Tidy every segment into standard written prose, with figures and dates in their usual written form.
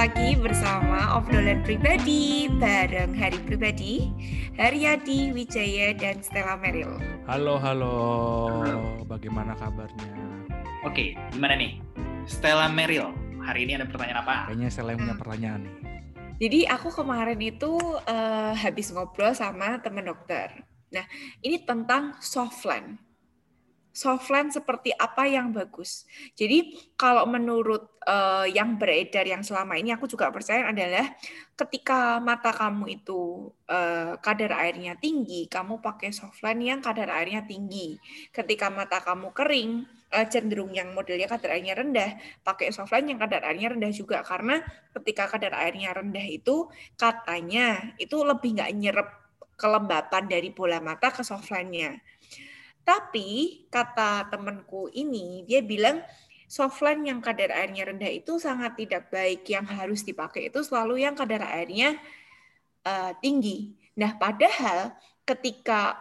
lagi bersama Obrolan Pribadi bareng Hari Pribadi, Haryadi, Wijaya, dan Stella Meril. Halo, bagaimana kabarnya? Oke, gimana nih? Stella Meril, hari ini ada pertanyaan apa? Kayaknya Stella yang punya pertanyaan nih. Jadi aku kemarin itu habis ngobrol sama teman dokter. Nah, ini tentang softland. Softland seperti apa yang bagus. Jadi kalau menurut yang beredar yang selama ini aku juga percaya adalah ketika mata kamu itu kadar airnya tinggi, kamu pakai softland yang kadar airnya tinggi. Ketika mata kamu kering, cenderung yang modelnya kadar airnya rendah, pakai softland yang kadar airnya rendah juga. Karena ketika kadar airnya rendah itu katanya itu lebih nggak nyerap kelembapan dari bola mata ke softlandnya. Tapi kata temanku ini, dia bilang softland yang kadar airnya rendah itu sangat tidak baik. Yang harus dipakai itu selalu yang kadar airnya tinggi. Nah, padahal ketika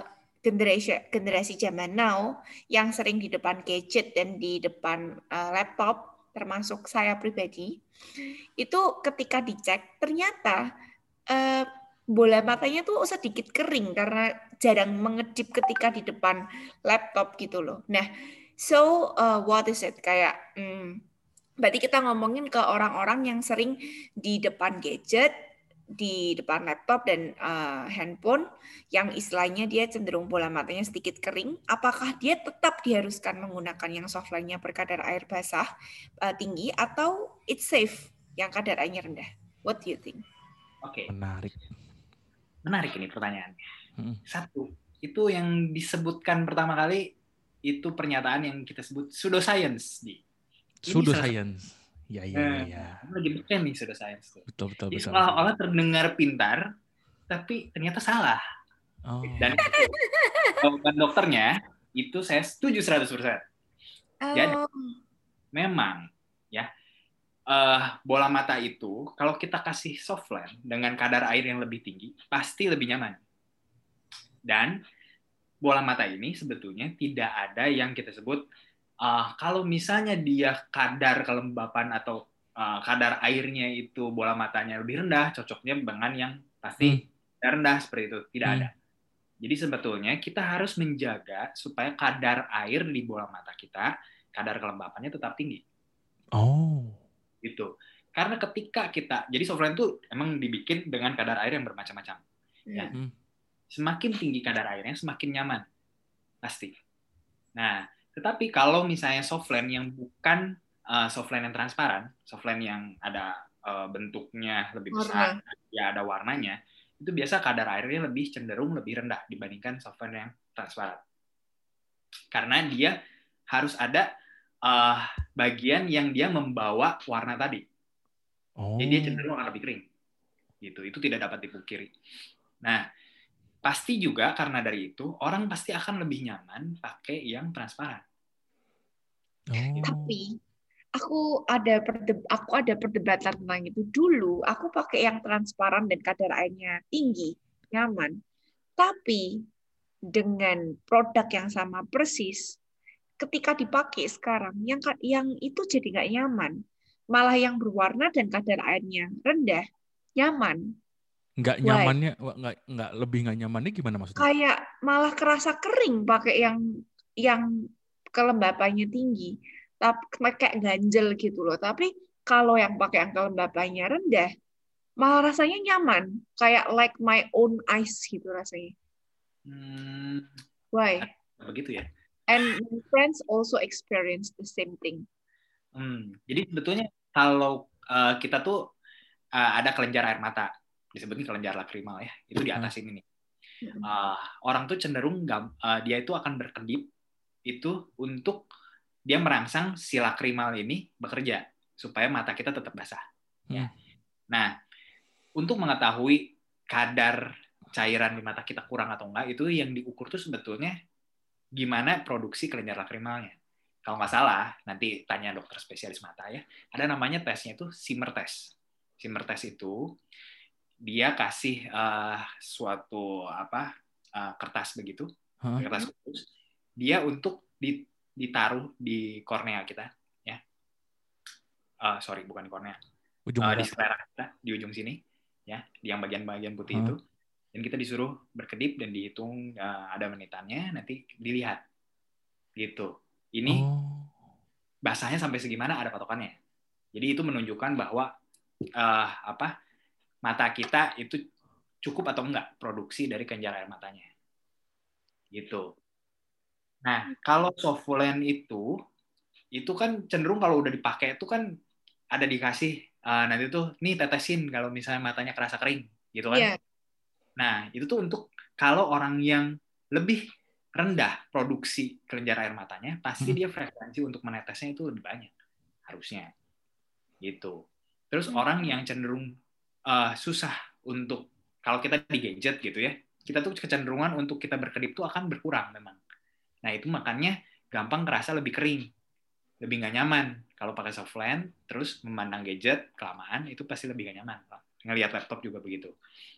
generasi zaman now yang sering di depan gadget dan di depan laptop, termasuk saya pribadi, itu ketika dicek ternyata bola matanya tuh sedikit kering karena jarang mengedip ketika di depan laptop gitu loh. Nah, so what is it? Kayak berarti kita ngomongin ke orang-orang yang sering di depan gadget, di depan laptop dan handphone yang istilahnya dia cenderung bola matanya sedikit kering. Apakah dia tetap diharuskan menggunakan yang softline-nya berkadar air basah tinggi atau it's safe yang kadar airnya rendah? What do you think? Oke. Menarik ini pertanyaannya. Satu, itu yang disebutkan pertama kali itu pernyataan yang kita sebut pseudoscience. Pseudoscience. Ya. Lagi bukan nih pseudoscience. Betul. Seolah-olah terdengar pintar, tapi ternyata salah. Oh. Dan bukan dokternya, itu saya setuju 100%. Jadi, memang ya, bola mata itu kalau kita kasih softland dengan kadar air yang lebih tinggi pasti lebih nyaman. Dan bola mata ini sebetulnya tidak ada yang kita sebut kalau misalnya dia kadar kelembapan atau kadar airnya itu bola matanya lebih rendah, cocoknya dengan yang pasti rendah seperti itu, tidak ada. Jadi sebetulnya kita harus menjaga supaya kadar air di bola mata kita, kadar kelembapannya tetap tinggi. Oh. Gitu. Karena ketika jadi softline itu emang dibikin dengan kadar air yang bermacam-macam. Ya. Semakin tinggi kadar airnya, semakin nyaman. Pasti. Nah, tetapi kalau misalnya softline yang bukan softline yang transparan, softline yang ada bentuknya lebih besar, ya ada warnanya, itu biasa kadar airnya lebih cenderung lebih rendah dibandingkan softline yang transparan. Karena dia harus ada bagian yang dia membawa warna tadi. Jadi dia cenderung akan lebih kering. Gitu. Itu tidak dapat dipungkiri. Nah, pasti juga karena dari itu orang pasti akan lebih nyaman pakai yang transparan. Tapi aku ada perdebatan tentang itu dulu. Aku pakai yang transparan dan kadar airnya tinggi, nyaman. Tapi dengan produk yang sama persis, ketika dipakai sekarang, yang itu jadi nggak nyaman. Malah yang berwarna dan kadar airnya rendah, nyaman. Nggak nyamannya, nggak lebih nggak nyamannya gimana maksudnya? Kayak malah kerasa kering pakai yang kelembapannya tinggi, tapi kayak ganjel gitu loh. Tapi kalau yang pakai yang kelembapannya rendah, malah rasanya nyaman, kayak like my own eyes gitu rasanya. Why? Begitu ya. And my friends also experience the same thing. Jadi sebetulnya kalau kita tuh ada kelenjar air mata, disebutnya kelenjar lakrimal ya, itu di atas ini nih. Orang tuh cenderung dia itu akan berkedip itu untuk dia merangsang si lakrimal ini bekerja supaya mata kita tetap basah. Ya. Nah, untuk mengetahui kadar cairan di mata kita kurang atau enggak, itu yang diukur tuh sebetulnya gimana produksi kelenjar lakrimalnya. Kalau nggak salah, nanti tanya dokter spesialis mata ya, ada namanya tesnya itu Simmer test. Simmer test itu dia kasih suatu kertas begitu, kertas khusus, dia untuk ditaruh di kornea kita, ya. Bukan kornea, Ujung di selera kita, di ujung sini, ya, di yang bagian-bagian putih itu. Dan kita disuruh berkedip dan dihitung ada menitannya, nanti dilihat. Gitu. Ini basahnya sampai segimana ada patokannya. Jadi itu menunjukkan bahwa mata kita itu cukup atau enggak produksi dari kelenjar air matanya. Gitu. Nah, kalau Softland itu kan cenderung kalau udah dipakai itu kan ada dikasih nanti tuh nih tetesin kalau misalnya matanya kerasa kering gitu kan. Yeah. Nah, itu tuh untuk kalau orang yang lebih rendah produksi kelenjar air matanya, pasti dia frekuensi untuk menetesnya itu lebih banyak harusnya. Gitu. Terus orang yang cenderung susah untuk kalau kita di gadget gitu ya, kita tuh kecenderungan untuk kita berkedip tuh akan berkurang memang. Nah, itu makanya gampang kerasa lebih kering. Lebih nggak nyaman kalau pakai Softland, terus memandang gadget kelamaan itu pasti lebih nggak nyaman. Ngelihat laptop juga begitu.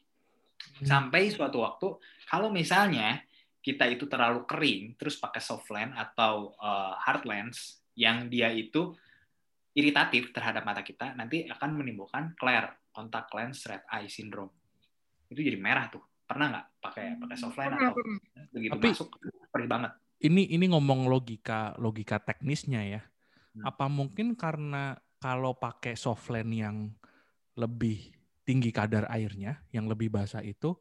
Sampai suatu waktu kalau misalnya kita itu terlalu kering, terus pakai Softland atau hard lens yang dia itu iritatif terhadap mata kita, nanti akan menimbulkan CLER, contact lens red eye syndrome. Itu jadi merah tuh. Pernah nggak pakai Softland atau begitu masuk perih banget? Ini ngomong logika teknisnya ya. Apa mungkin karena kalau pakai Softland yang lebih tinggi kadar airnya, yang lebih basah itu,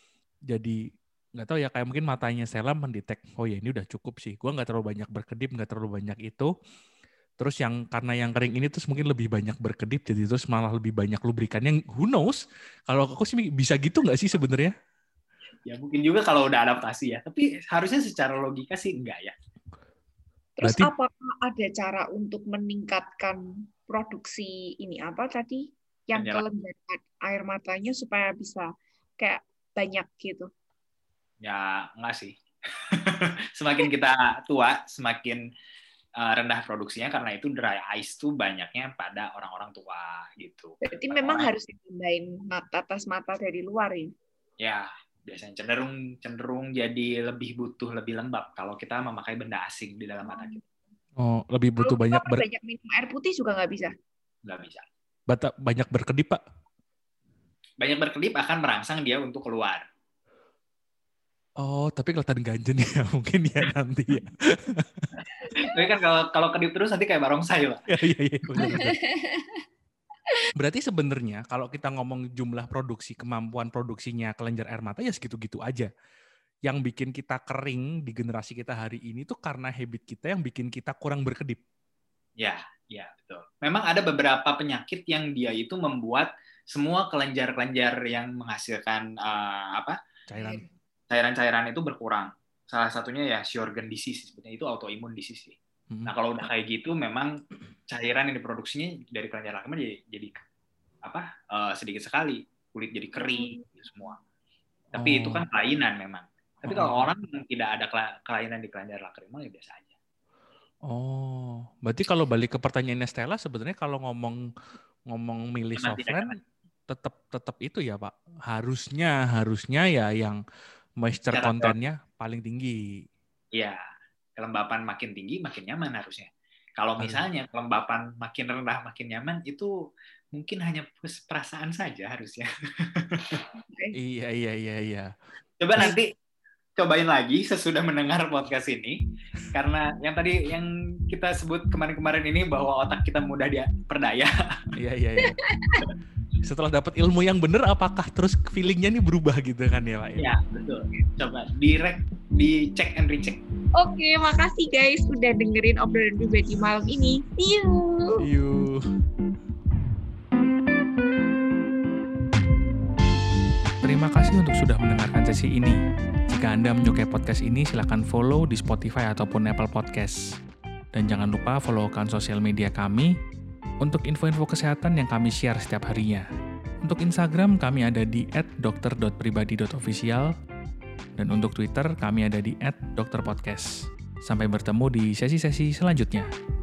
jadi nggak tahu ya, kayak mungkin matanya Stella mendetek, oh ya ini udah cukup sih, gue nggak terlalu banyak berkedip, nggak terlalu banyak itu. Terus karena yang kering ini terus mungkin lebih banyak berkedip, jadi terus malah lebih banyak lubrikannya. Who knows? Kalau aku sih bisa gitu nggak sih sebenarnya? Ya mungkin juga kalau udah adaptasi ya, tapi harusnya secara logika sih enggak ya. Terus apakah ada cara untuk meningkatkan produksi ini apa tadi yang kelenjar air matanya supaya bisa kayak banyak gitu? Ya enggak sih. Semakin kita tua, semakin rendah produksinya karena itu dry eyes tuh banyaknya pada orang-orang tua gitu. Berarti memang harus ditambahin atas mata dari luar ya? Ya, biasanya cenderung jadi lebih lembab kalau kita memakai benda asing di dalam mata kita. Oh, lebih butuh banyak minum air putih juga nggak bisa? Nggak bisa. Banyak berkedip, Pak? Banyak berkedip akan merangsang dia untuk keluar. Oh, tapi kelihatan ganjen ya mungkin ya nanti ya. Tapi kan kalau kedip terus nanti kayak barongsai, Pak. Iya, benar. Berarti sebenarnya kalau kita ngomong jumlah produksi, kemampuan produksinya kelenjar air mata ya segitu-gitu aja. Yang bikin kita kering di generasi kita hari ini tuh karena habit kita yang bikin kita kurang berkedip. Ya, betul. Memang ada beberapa penyakit yang dia itu membuat semua kelenjar-kelenjar yang menghasilkan cairan-cairan itu berkurang. Salah satunya ya Sjögren disease, sebenarnya itu autoimmune disease sih. Nah, kalau udah kayak gitu memang cairan yang diproduksinya dari kelenjar rahim jadi sedikit sekali, kulit jadi kering semua. Tapi itu kan kelainan memang. Tapi kalau orang yang tidak ada kelainan di kelenjar lacrimal ya biasa aja. Oh, berarti kalau balik ke pertanyaannya Stella, sebenarnya kalau ngomong milih Softland tetap itu ya Pak. Harusnya ya yang moisture content-nya paling tinggi. Iya, kelembapan makin tinggi makin nyaman harusnya. Kalau misalnya kelembapan makin rendah makin nyaman, itu mungkin hanya perasaan saja harusnya. Iya. Coba nanti cobain lagi sesudah mendengar podcast ini, karena yang tadi yang kita sebut kemarin-kemarin ini bahwa otak kita mudah diperdaya. Iya. Setelah dapat ilmu yang benar, apakah terus feelingnya nih berubah gitu kan ya Pak? Iya, betul. Coba dicek and recheck. Oke, makasih guys udah dengerin obrolan pribadi malam ini. See you. Terima kasih untuk sudah mendengarkan sesi ini. Jika Anda menyukai podcast ini, silakan follow di Spotify ataupun Apple Podcast. Dan jangan lupa follow akun sosial media kami untuk info-info kesehatan yang kami share setiap harinya. Untuk Instagram, kami ada di @dokter.pribadi.official. Dan untuk Twitter, kami ada di @dokterpodcast. Sampai bertemu di sesi-sesi selanjutnya.